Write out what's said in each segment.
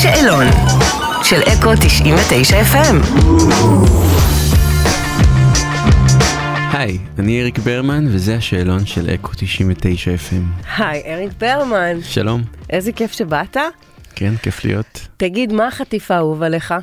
שאלון של אקו 99 FM. היי, אני אריק ברמן וזה השאלון של אקו 99 FM. היי, אריק ברמן. שלום. איזה כיף שבאת. כן, כיף להיות. תגיד, מה החטיפה האהובה לך?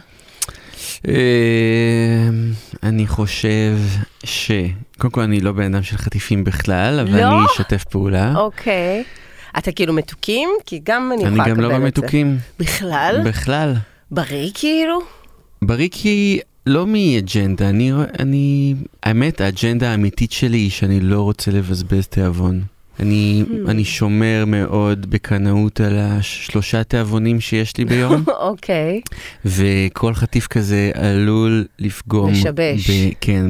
אני חושב קודם כל אני לא בן אדם של חטיפים בכלל, אבל אני אשתף פעולה. אוקיי. אתה כאילו מתוקים? כי גם אני יכולה לקבל את זה. אני גם לא במתוקים. בכלל? בכלל. בריא כאילו? בריא כי לא מאג'נדה. האמת, האג'נדה האמיתית שלי היא שאני לא רוצה לבזבז תיאבון. אני שומר מאוד בקנאות על 3 תיאבונים שיש לי ביום. אוקיי. וכל חטיף כזה עלול לפגום. לשבש. כן,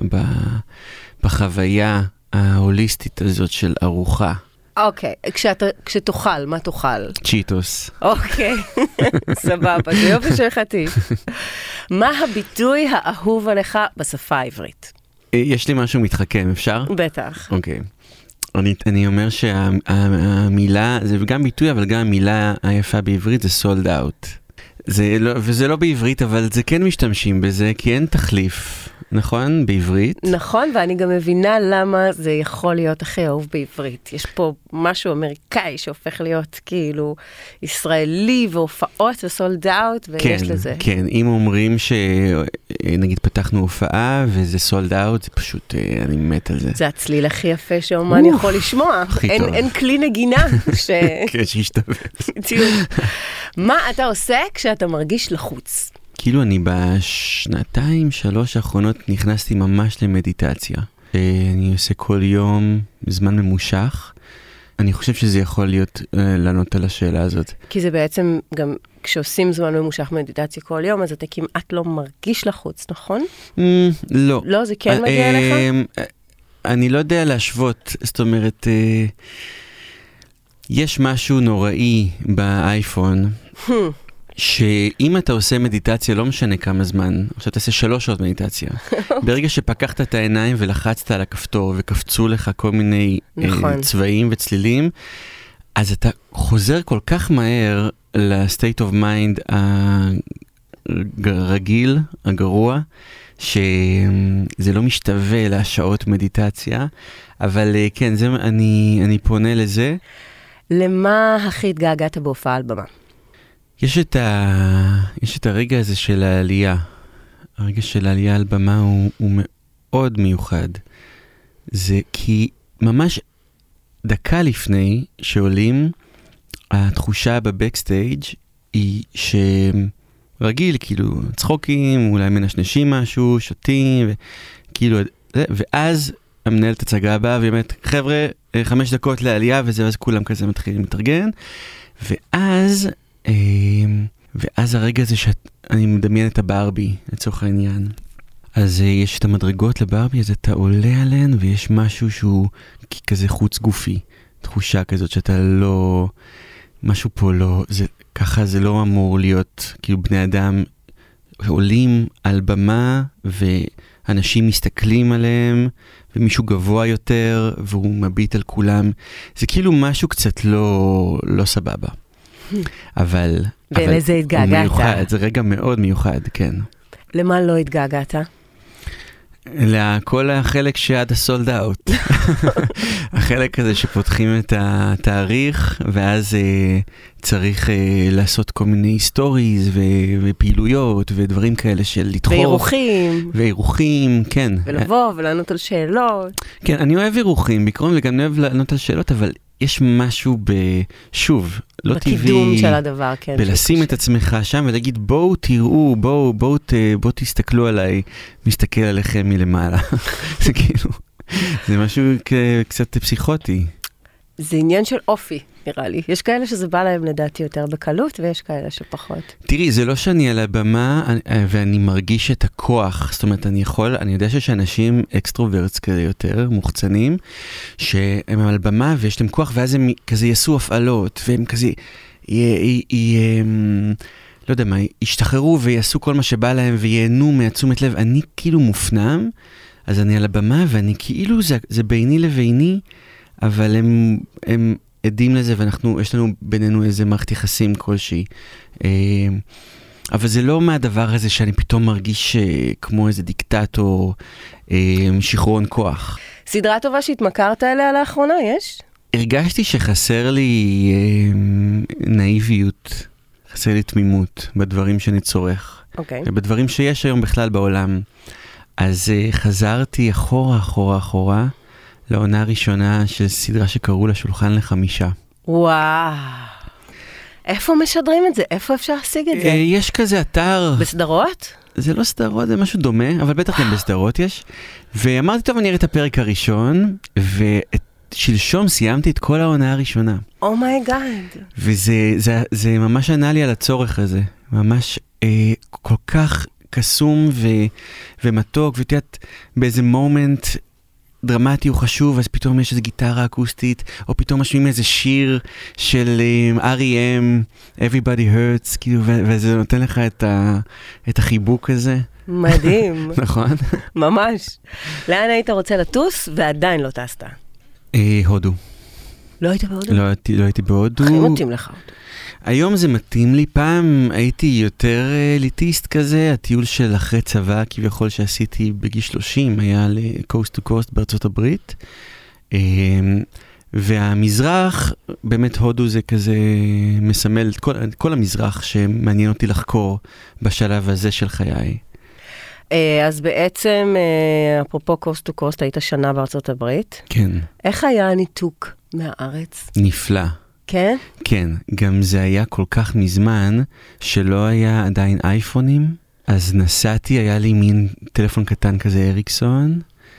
בחוויה ההוליסטית הזאת של ארוחה. אוקיי, כשתאכל, מה תאכל? צ'יטוס. אוקיי, סבבה, זה יופי של חטיף. מה הביטוי האהוב עליך בשפה העברית? יש לי משהו מתחכם, אפשר? בטח. אוקיי. אני אומר שהמילה, זה גם ביטוי, אבל גם המילה היפה בעברית זה sold out. וזה לא בעברית, אבל זה כן משתמשים בזה, כי אין תחליף, נכון? בעברית. נכון, ואני גם מבינה למה זה יכול להיות הכי אהוב בעברית. יש פה משהו אמריקאי שהופך להיות כאילו ישראלי והופעות וסולד אאוט, ויש לזה. כן, אם אומרים שנגיד פתחנו הופעה וזה סולד אאוט, זה פשוט, אני מת על זה. זה הצליל הכי יפה שאומן יכול לשמוע. אין כלי נגינה שישתווה. מה אתה עושה כשאתה מרגיש לחוץ? כאילו אני בשנתיים, 3 האחרונות נכנסתי ממש למדיטציה. אני עושה כל יום זמן ממושך. אני חושב שזה יכול להיות לענות על השאלה הזאת. כי זה בעצם גם כשעושים זמן ממושך מדיטציה כל יום, אז אתה כמעט לא מרגיש לחוץ, נכון? לא. לא, זה כן מגיע לך? אני לא יודע להשוות, זאת אומרת, יש משהו נוראי באייפון, שאם אתה עושה מדיטציה, לא משנה כמה זמן, עכשיו תעשה 3 שעות מדיטציה. ברגע שפקחת את העיניים ולחצת על הכפתור וקפצו לך כל מיני צבעים וצלילים, אז אתה חוזר כל כך מהר ל-state of mind הרגיל, הגרוע, שזה לא משתווה לשעות מדיטציה, אבל כן, אני פונה לזה. למה הכי התגעגעת בהופעה על במה? יש את הרגע הזה של העלייה. הרגע של העלייה על במה הוא מאוד מיוחד. זה כי ממש דקה לפני שעולים, התחושה בבקסטייג' היא שרגיל, כאילו צחוקים, אולי מנשנשים משהו, שותים, וכאילו, ואז המנהלת הצגה הבאה, ובאמת, חבר'ה, 5 דקות לעלייה, ואז כולם כזה מתחילים להתארגן, ואז הרגע הזה שאני מדמיין את הברבי, לצורך העניין. אז יש את המדרגות לברבי, אז אתה עולה עליהן, ויש משהו שהוא כזה חוץ גופי. תחושה כזאת שאתה לא, משהו פה לא, ככה זה לא אמור להיות, כאילו בני אדם עולים על במה, ואנשים מסתכלים עליהם, ומישהו גבוה יותר, והוא מביט על כולם. זה כאילו משהו קצת לא סבבה. אבל ולזה התגעגעת. מיוחד, זה רגע מאוד מיוחד, כן. למה לא התגעגעת? לכל החלק שעד הסולד אאוט. החלק הזה שפותחים את התאריך, ואז צריך לעשות כל מיני סטוריז ופעילויות ודברים כאלה של לדחוף. ואירוחים, כן. ולבוא ולענות על שאלות. כן, אני אוהב אירוחים, בעיקרון וגם אוהב לענות על שאלות, אבל יש משהו שוב, לא טבעי. בקידום של הדבר, כן. ולשים את עצמך שם ולהגיד, בואו תראו, בואו תסתכלו עליי, מסתכל עליכם מלמעלה. זה כאילו, זה משהו קצת פסיכוטי. זה עניין של אופי, נראה לי. יש כאלה שזה בא להם לדעתי יותר בקלות, ויש כאלה שפחות. תראי, זה לא שאני על הבמה, ואני מרגיש את הכוח. זאת אומרת, אני יודע שיש אנשים אקסטרוברטס כאלה יותר, מוחצנים, שהם על במה ויש להם כוח, ואז הם כזה יעשו הפעלות, והם כזה, לא יודע מה, ישתחררו ויעשו כל מה שבא להם, וייהנו מעצומת לב. אני כאילו מופנם, אז אני על הבמה, ואני כאילו, זה ביני לביני, אבל עדים לזה, ויש לנו בינינו איזה מערכת יחסים כלשהי. אבל זה לא מהדבר הזה שאני פתאום מרגיש כמו איזה דיקטטור, שחרון כוח. סדרה טובה שהתמכרת אליה לאחרונה, יש? הרגשתי שחסר לי נאיביות, חסר לי תמימות בדברים שאני צורך. אוקיי. בדברים שיש היום בכלל בעולם. אז חזרתי אחורה, לעונה הראשונה של סדרה שקראו לה שולחן ל5. וואו. איפה משדרים את זה? איפה אפשר להשיג את זה? יש כזה אתר. בסדרות? זה לא סדרות, זה משהו דומה, אבל בטח גם בסדרות יש. ואמרתי, טוב, אני אראה את הפרק הראשון, ושלשום סיימתי את כל העונה הראשונה. אומייגאד. וזה ממש ענה לי על הצורך הזה. ממש כל כך קסום ומתוק, ותיאת באיזה מומנט דרמטי הוא חשוב, אז פתאום יש איזו גיטרה אקוסטית, או פתאום משמיעים איזה שיר של R.E.M. Everybody Hurts, כאילו, וזה נותן לך את החיבוק הזה. מדהים. נכון? ממש. לאן היית רוצה לטוס ועדיין לא טסת? הודו. לא היית בהודו? לא הייתי בהודו. הכי מתאים לך הודו. היום זה מתאים לי. פעם הייתי יותר אליטיסט כזה, הטיול של אחרי צבא כביכול שעשיתי בגיל 30 היה ל-Coast to Coast בארצות הברית, והמזרח, באמת הודו זה כזה מסמל את כל המזרח שמעניין אותי לחקור בשלב הזה של חיי. אז בעצם, אפרופו Coast to Coast, היית שנה בארצות הברית. כן. איך היה הניתוק מהארץ? נפלא. כן? כן, גם זה היה כל כך מזמן שלא היה עדיין אייפונים, אז נסעתי, היה לי מין טלפון קטן כזה אריקסון,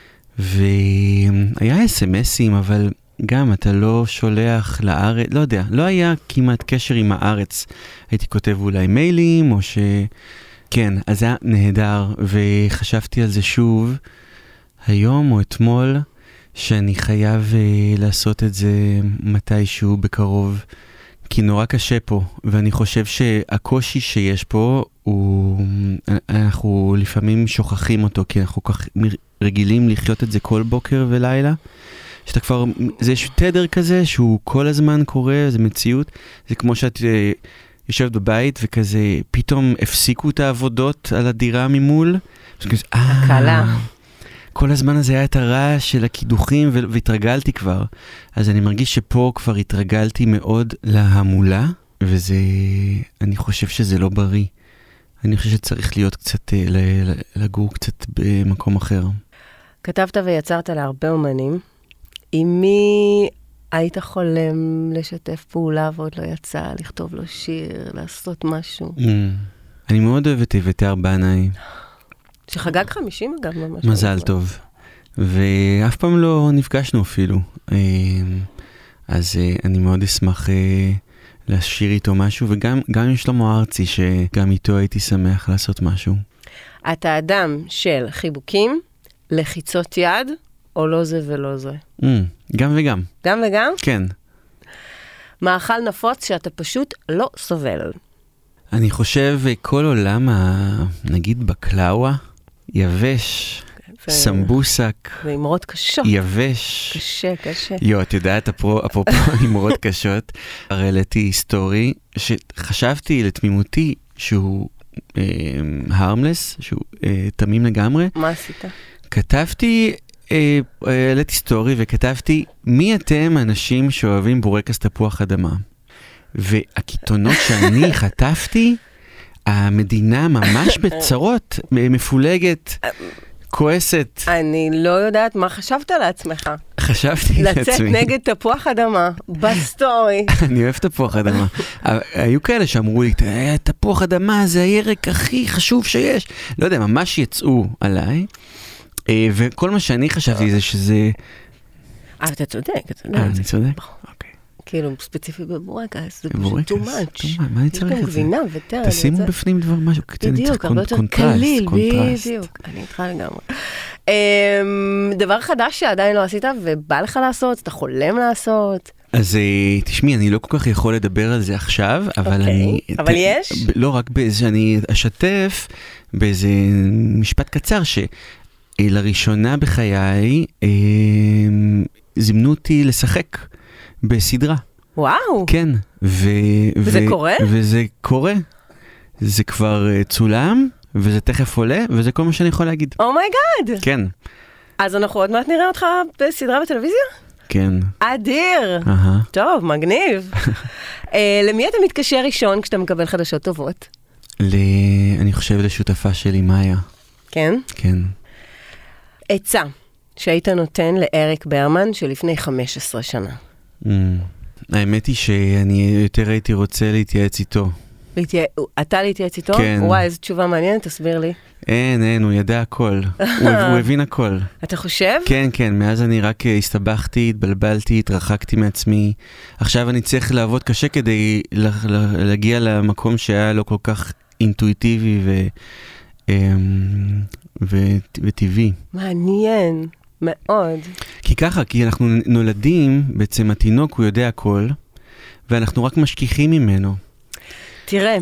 והיה אס-אמסים, אבל גם אתה לא שולח לארץ, לא יודע, לא היה כמעט קשר עם הארץ. הייתי כותב אולי מיילים, או כן, אז זה היה נהדר, וחשבתי על זה שוב, היום או אתמול, שאני חייב לעשות את זה מתישהו בקרוב, כי נורא קשה פה, ואני חושב שהקושי שיש פה, אנחנו לפעמים שוכחים אותו, כי אנחנו כל כך רגילים לחיות את זה כל בוקר ולילה, שאתה כבר, זה יש תדר כזה, שהוא כל הזמן קורה, זה מציאות, זה כמו שאת יושבת בבית, וכזה פתאום הפסיקו את העבודות על הדירה ממול, הקלה. כל הזמן הזה היה את הרעש של הקידוחים, והתרגלתי כבר. אז אני מרגיש שפה כבר התרגלתי מאוד להמולה, וזה, אני חושב שזה לא בריא. אני חושב שצריך להיות קצת, לגור קצת במקום אחר. כתבת ויצרת להרבה אומנים. עם מי היית חולם לשתף פעולה ועוד לא יצא, לכתוב לו שיר, לעשות משהו? אני מאוד אוהבת אביתר בנאי. שחגג 50 אגב ממש. מזל טוב. ואף פעם לא נפגשנו אפילו. אז אני מאוד אשמח להשאיר איתו משהו, וגם עם שלמה ארצי, שגם איתו הייתי שמח לעשות משהו. אתה אדם של חיבוקים, לחיצות יד, או לא זה ולא זה? גם וגם. גם וגם? כן. מאכל נפוץ שאתה פשוט לא סובל. אני חושב כל עולם, נגיד בקלאווה, יבש, סמבוסק, ואמרות קשות. יבש. קשה. את יודעת, אפרופו אמרות קשות, הראיתי היסטורי, שחשבתי לתמימותי שהוא הרמלס, שהוא תמים לגמרי. מה עשית? כתבתי, העליתי היסטורי וכתבתי, מי אתם אנשים שאוהבים בורקס תפוח אדמה? והקיתונות שאני חטפתי, המדינה ממש בצרות, מפולגת, כועסת. אני לא יודעת מה חשבת לעצמך. חשבתי לעצמי. לצאת נגד תפוח אדמה, בסטורי. אני אוהב תפוח אדמה. היו כאלה שאמרו לי, תפוח אדמה זה הירק הכי חשוב שיש. לא יודע, ממש יצאו עליי, וכל מה שאני חשבתי זה שזה... אבל אתה צודק, אתה יודע. אני צודק? אוקיי. כאילו, ספציפי בבורקס, זה פשוט too much. מה אני צריך את זה? יש גם גבינה וטעם. תשימו בפנים דבר משהו, בדיוק, הרבה יותר קליל, בדיוק. אני איתך לגמרי. דבר חדש שעדיין לא עשית ובא לך לעשות, אתה חולם לעשות. אז תשמעי, אני לא כל כך יכול לדבר על זה עכשיו, אבל אני... אבל יש? לא רק באיזה, אני אשתף באיזה משפט קצר, שלראשונה בחיי זימנו אותי לשחק בסדרה. וואו. כן. וזה קורה? וזה קורה. זה כבר צולם, וזה תכף עולה, וזה כל מה שאני יכול להגיד. אומייגאד. כן. אז אנחנו עוד מעט נראה אותך בסדרה בטלוויזיה? כן. אדיר. טוב, מגניב. למי אתה מתקשר ראשון כשאתה מקבל חדשות טובות? אני חושב לשותפה שלי, מאיה. כן? כן. עצה שהיית נותן לאריק ברמן שלפני 15 שנה. האמת היא שאני יותר הייתי רוצה להתייעץ איתו. אתה להתייעץ איתו? כן. וואי, איזו תשובה מעניינת, תסביר לי. אין, הוא ידע הכל. הוא הבין הכל. אתה חושב? כן, כן, מאז אני רק הסתבכתי, התבלבלתי, התרחקתי מעצמי. עכשיו אני צריך לעבוד קשה כדי להגיע למקום שהיה לו כל כך אינטואיטיבי וטבעי. מעניין, מאוד. כי ככה, כי אנחנו נולדים, בעצם התינוק הוא יודע הכל, ואנחנו רק משכיחים ממנו. תראה,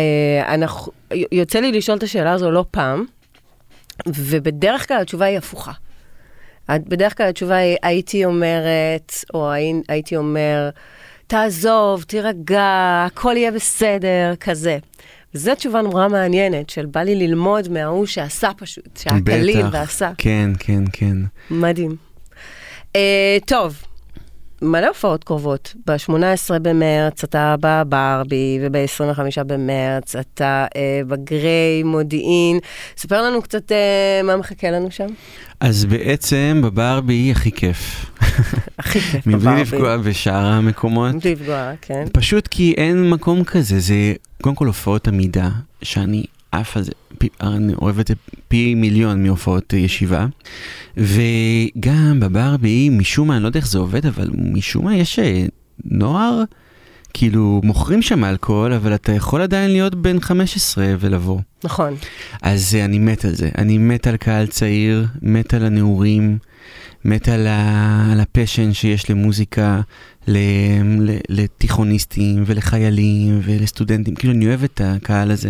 יוצא לי לשאול את השאלה הזו לא פעם, ובדרך כלל התשובה היא הפוכה. בדרך כלל התשובה היא, הייתי אומרת, או הייתי אומר, תעזוב, תירגע, הכל יהיה בסדר, כזה. וזו תשובה נורא מעניינת, של בא לי ללמוד מההוא שעשה פשוט, שהקליל ועשה. כן, כן, כן. מדהים. טוב. מלא הופעות קרובות. ב-18 במרץ אתה בברבי, וב-25 במרץ אתה בגרי מודיעין. ספר לנו קצת מה מחכה לנו שם. אז בעצם בברבי הכי כיף. הכי כיף בברבי. מבלי לפגוע בשאר המקומות. מבלי לפגוע, כן. פשוט כי אין מקום כזה. זה קודם כל הופעות עמידה, שאני אף על זה, אני אוהב את זה פי מיליון מהופעות ישיבה. וגם בברבי, משום מה, אני לא יודע איך זה עובד, אבל משום מה יש נוער, כאילו מוכרים שם אלכוהול, אבל אתה יכול עדיין להיות בן 15 ולבוא. נכון. אז אני מת על זה. אני מת על קהל צעיר, מת על הנעורים, מת על הפשן שיש למוזיקה, לתיכוניסטים ולחיילים ולסטודנטים. כאילו אני אוהב את הקהל הזה.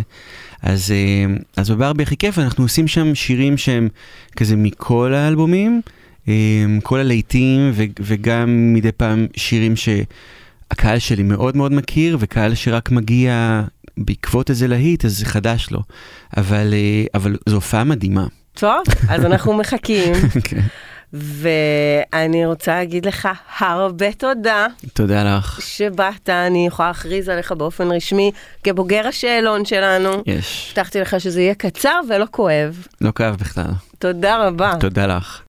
אז בברבי הכי כיף, אנחנו עושים שם שירים שהם כזה מכל האלבומים, כל הלהיטים, וגם מדי פעם שירים שהקהל שלי מאוד מאוד מכיר, וקהל שרק מגיע בעקבות איזה להיט, אז זה חדש לו. אבל זו הופעה מדהימה. טוב, אז אנחנו מחכים. כן. ואני רוצה להגיד לך הרבה תודה. תודה לך. שבאת, אני יכולה להכריז עליך באופן רשמי, כבוגר השאלון שלנו. יש. הבטחתי לך שזה יהיה קצר ולא כואב. לא כאב בכלל. תודה רבה. תודה לך.